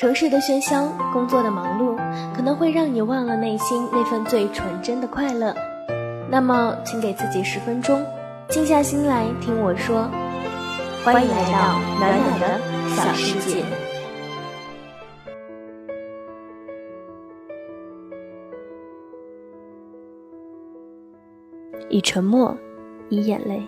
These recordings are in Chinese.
城市的喧嚣，工作的忙碌，可能会让你忘了内心那份最纯真的快乐。那么，请给自己10分钟，静下心来听我说。欢迎来到暖暖的小世界。以沉默，以眼泪。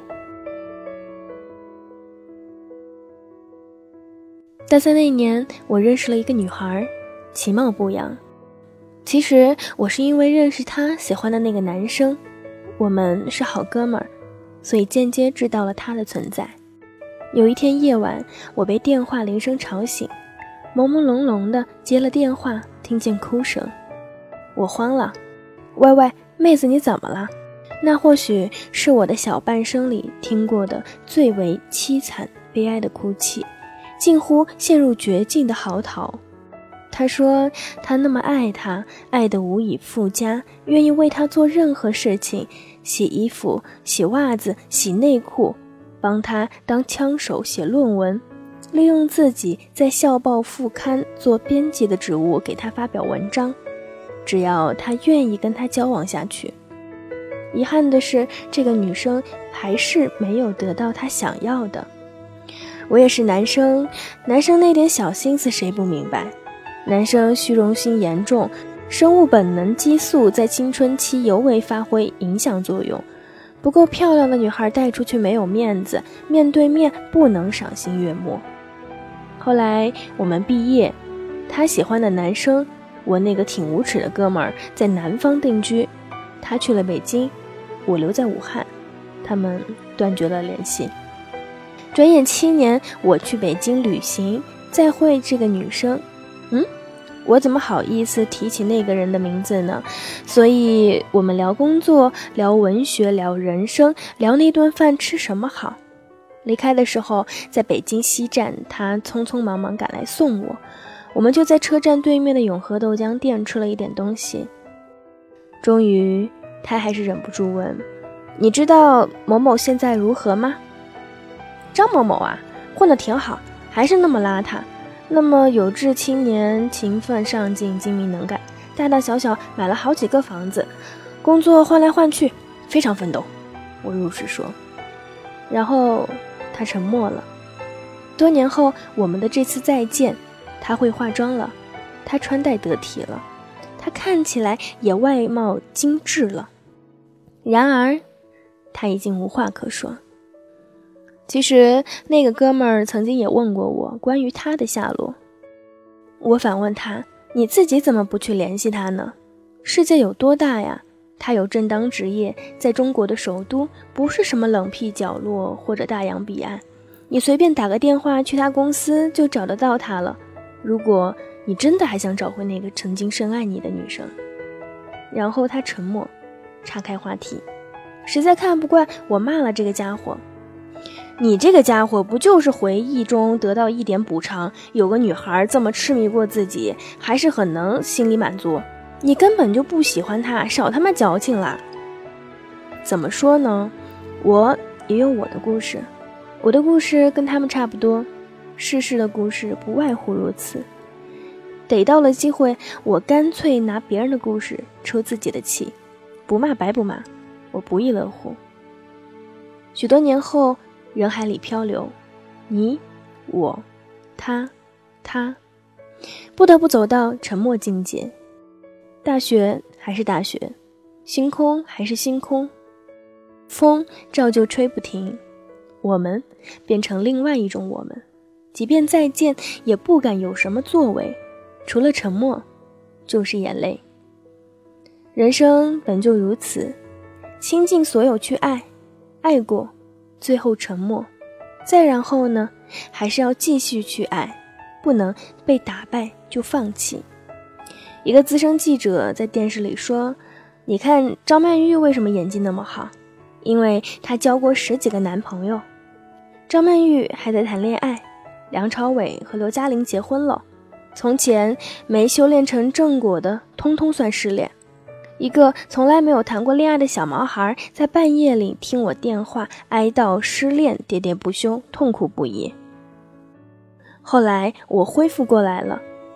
大3那年，我认识了一个女孩，其貌不扬。其实我是因为认识她喜欢的那个男生，我们是好哥们儿，所以间接知道了他的存在。有一天夜晚，我被电话铃声吵醒，朦朦胧胧地接了电话，听见哭声，我慌了。喂，妹子，你怎么了？那或许是我的小半生里听过的最为凄惨悲哀的哭泣，近乎陷入绝境的嚎啕。他说他那么爱他，爱得无以复加，愿意为他做任何事情，洗衣服、洗袜子、洗内裤，帮他当枪手写论文，利用自己在校报副刊做编辑的职务给他发表文章，只要他愿意跟他交往下去。遗憾的是，这个女生还是没有得到他想要的。我也是男生那点小心思谁不明白？男生虚荣心严重，生物本能激素在青春期尤为发挥影响作用。不够漂亮的女孩带出去没有面子，面对面不能赏心悦目。后来我们毕业，他喜欢的男生，我那个挺无耻的哥们儿，在南方定居，他去了北京，我留在武汉，他们断绝了联系。转眼7年，我去北京旅行，再会这个女生，我怎么好意思提起那个人的名字呢？所以我们聊工作，聊文学，聊人生，聊那顿饭吃什么好。离开的时候，在北京西站，他匆匆忙忙赶来送我，我们就在车站对面的永和豆浆店吃了一点东西。终于他还是忍不住问，你知道某某现在如何吗？张某某啊，混得挺好，还是那么邋遢，那么有志青年，勤奋上进，精明能干，大大小小买了好几个房子，工作换来换去，非常奋斗。我如实说。然后他沉默了。多年后，我们的这次再见，他会化妆了，他穿戴得体了，他看起来也外貌精致了。然而他已经无话可说。其实那个哥们儿曾经也问过我关于他的下落，我反问他，你自己怎么不去联系他呢？世界有多大呀？他有正当职业，在中国的首都，不是什么冷僻角落或者大洋彼岸，你随便打个电话去他公司就找得到他了。如果你真的还想找回那个曾经深爱你的女生。然后他沉默，岔开话题，实在看不惯我骂了这个家伙。你这个家伙不就是回忆中得到一点补偿，有个女孩这么痴迷过自己，还是很能心里满足，你根本就不喜欢她，少他妈矫情啦。怎么说呢，我也有我的故事，我的故事跟他们差不多，世事的故事不外乎如此。逮到了机会，我干脆拿别人的故事抽自己的气，不骂白不骂，我不亦乐乎。许多年后，人海里漂流，你我他不得不走到沉默境界。大学还是大学，星空还是星空，风照旧吹不停，我们变成另外一种我们，即便再见也不敢有什么作为，除了沉默就是眼泪。人生本就如此，倾尽所有去爱，爱过最后沉默，再然后呢，还是要继续去爱，不能被打败就放弃。一个资深记者在电视里说，你看张曼玉为什么演技那么好，因为她交过10几个男朋友。张曼玉还在谈恋爱，梁朝伟和刘嘉玲结婚了，从前没修炼成正果的通通算失恋。一个从来没有谈过恋爱的小毛孩，在半夜里听我电话，哀悼失恋，喋喋不休，痛苦不已。后来我恢复过来了，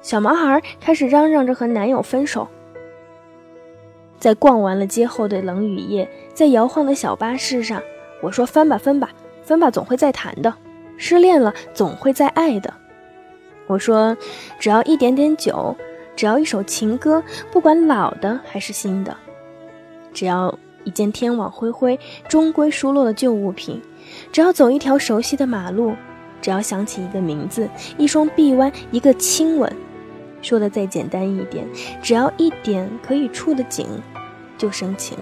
小毛孩开始嚷嚷着和男友分手。在逛完了街后的冷雨夜，在摇晃的小巴士上，我说分吧分吧，分吧总会再谈的，失恋了总会再爱的。我说只要一点点酒，只要一首情歌，不管老的还是新的，只要一件天网恢恢终归疏落的旧物品，只要走一条熟悉的马路，只要想起一个名字，一双臂弯，一个亲吻，说的再简单一点，只要一点可以触的景，就生情。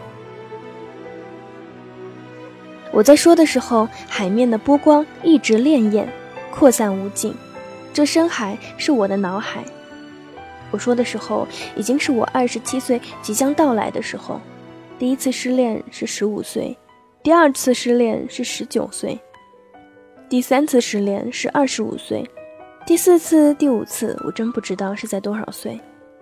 我在说的时候，海面的波光一直潋滟，扩散无尽，这深海是我的脑海。我说的时候，已经是我27岁即将到来的时候。第一次失恋是15岁，第二次失恋是19岁，第三次失恋是25岁，第四次、第五次，我真不知道是在多少岁。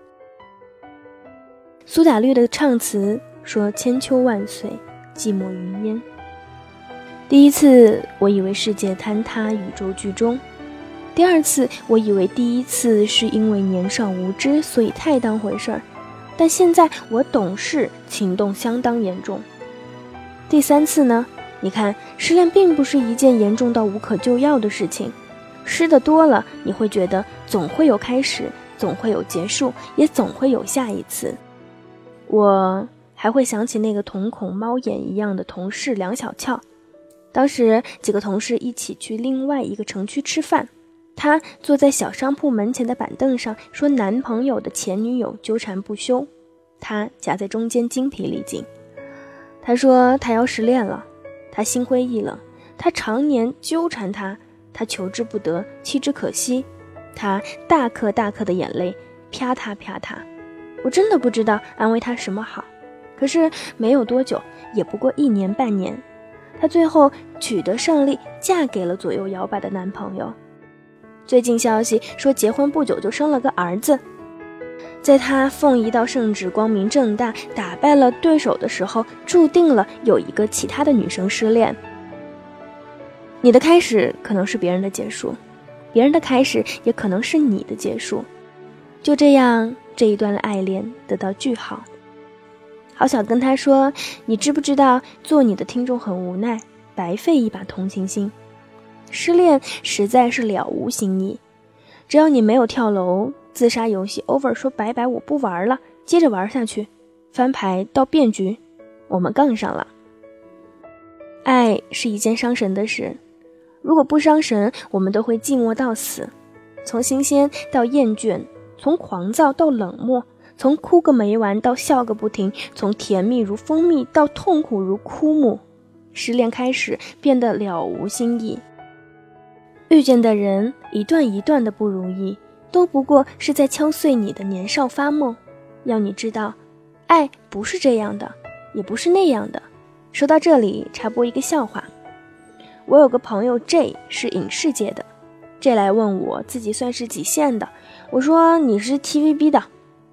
苏打绿的唱词说千秋万岁，寂寞云烟。第一次我以为世界坍塌，宇宙剧终，第二次我以为第一次是因为年少无知，所以太当回事儿，但现在我懂事，情动相当严重。第三次呢？你看，失恋并不是一件严重到无可救药的事情，失的多了，你会觉得总会有开始，总会有结束，也总会有下一次。我还会想起那个瞳孔猫眼一样的同事梁小俏，当时几个同事一起去另外一个城区吃饭，她坐在小商铺门前的板凳上，说男朋友的前女友纠缠不休，她夹在中间精疲力尽。她说她要失恋了，她心灰意冷，她常年纠缠她，她求之不得，弃之可惜，她大颗大颗的眼泪啪嗒啪嗒。我真的不知道安慰她什么好，可是没有多久，也不过1年半年，她最后取得胜利，嫁给了左右摇摆的男朋友。最近消息说结婚不久就生了个儿子。在她奉一道圣旨，光明正大打败了对手的时候，注定了有一个其他的女生失恋。你的开始可能是别人的结束，别人的开始也可能是你的结束。就这样，这一段的爱恋得到句号。好想跟他说，你知不知道做你的听众很无奈，白费一把同情心。失恋实在是了无新意，只要你没有跳楼、自杀游戏 over 说拜拜我不玩了，接着玩下去，翻牌到变局，我们杠上了。爱是一件伤神的事，如果不伤神，我们都会寂寞到死，从新鲜到厌倦，从狂躁到冷漠，从哭个没完到笑个不停，从甜蜜如蜂蜜到痛苦如枯木。失恋开始变得了无新意，遇见的人一段一段的不如意，都不过是在敲碎你的年少发梦，要你知道，爱不是这样的，也不是那样的。说到这里，插播一个笑话。我有个朋友 J 是影视界的， J 来问我自己算是几线的，我说你是 TVB 的。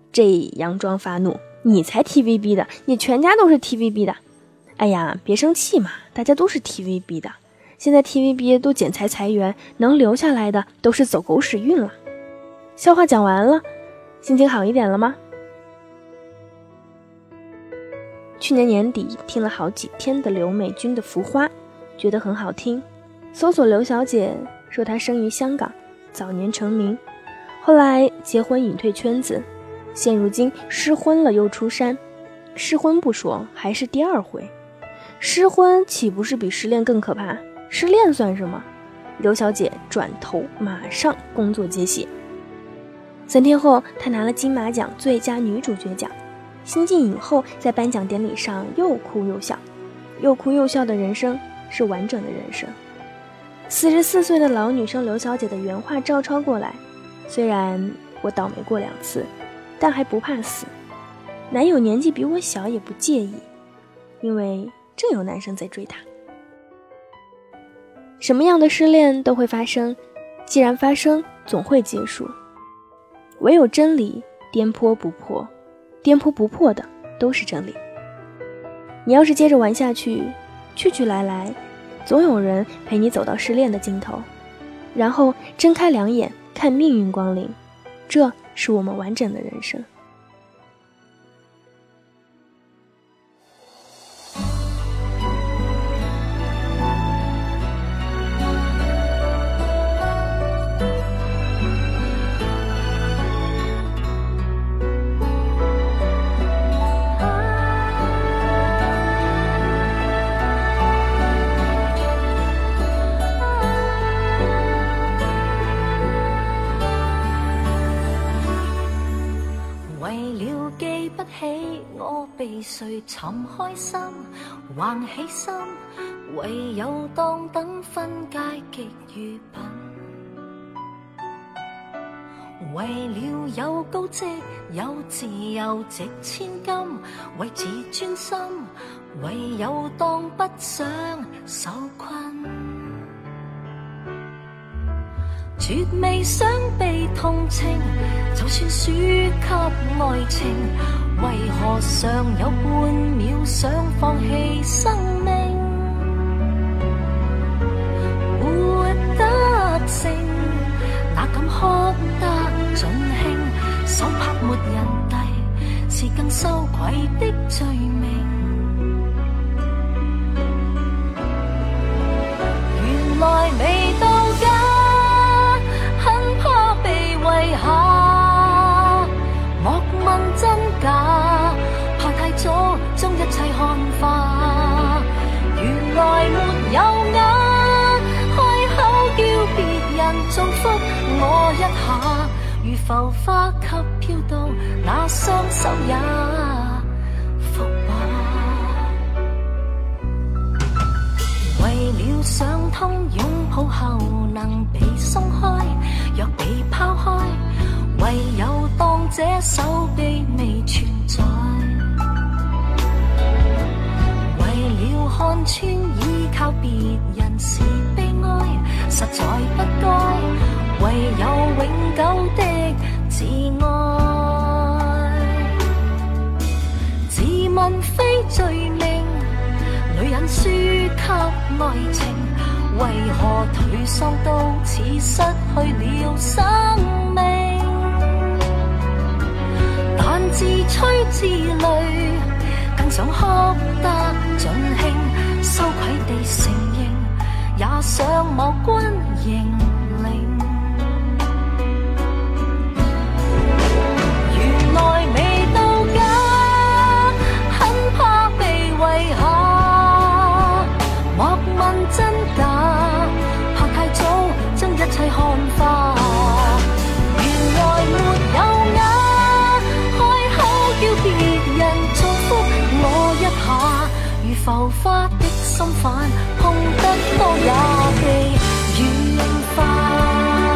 J 佯装发怒，你才 TVB 的，你全家都是 TVB 的。哎呀，别生气嘛，大家都是 TVB 的，现在 TVB 都剪裁裁员，能留下来的都是走狗屎运了。笑话讲完了，心情好一点了吗？去年年底听了好几天的刘美君的《浮花》，觉得很好听。搜索刘小姐，说她生于香港，早年成名，后来结婚隐退圈子，现如今失婚了又出山。失婚不说，还是第2回。失婚岂不是比失恋更可怕？失恋算什么？刘小姐转头马上工作接戏。3天后，她拿了金马奖最佳女主角奖。新晋影后在颁奖典礼上又哭又笑，又哭又笑的人生是完整的人生。44岁的老女生刘小姐的原话照抄过来：虽然我倒霉过2次，但还不怕死。男友年纪比我小也不介意，因为正有男生在追她。什么样的失恋都会发生，既然发生，总会结束。唯有真理颠簸不破，颠簸不破的都是真理。你要是接着玩下去，去去来来，总有人陪你走到失恋的尽头，然后睁开2眼看命运光临， 这是我们完整的人生。 被谁寻开心，横起心，唯有当等分界极愚笨。为了有高职，有自由值千金，为自尊心，唯有当不想受困。绝未想被同情，就算输给爱情，为何尚有半秒想放弃生命？活得正，哪敢哭得尽兴？手拍没人递，是更羞愧的罪名。原来未到家，很怕被遗下。莫问真假，怕太早将一切看化。原来没有眼，开口叫别人祝福我一下，如浮花给飘到那双手也伏吧。为了想通拥抱后能被松开，若被抛开，唯有当这手臂未存在。为了看穿依靠别人是悲哀，实在不该，唯有永久的自爱。自问非罪名，女人输给爱情，为何颓丧到似失去了生命？但自吹自擂，更想哭得尽兴，羞愧地承認，也想某君認領。原來未到家，很怕被遺下。莫問真假，怕太早將一切看化。原來沒有眼，叫別人祝福我一下，如浮花的心瓣，碰得多也被軟化。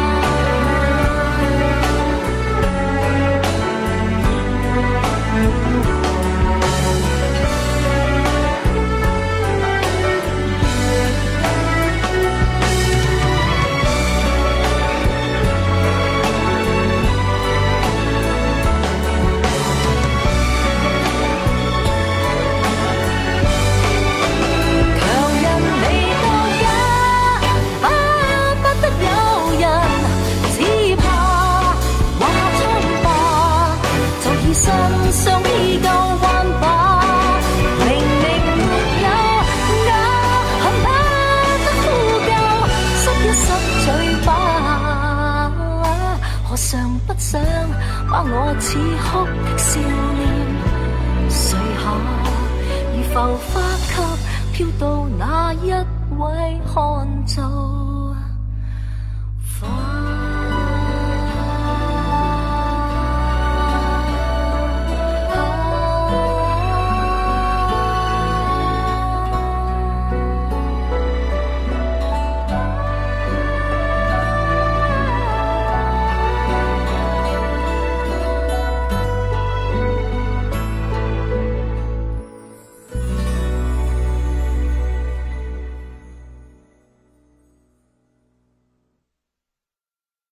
相依舊還吧，明明沒有眼，恨不得呼救，失一失嘴巴。何嘗不想把我似哭的笑臉垂下，如浮花給飄到那一位看做。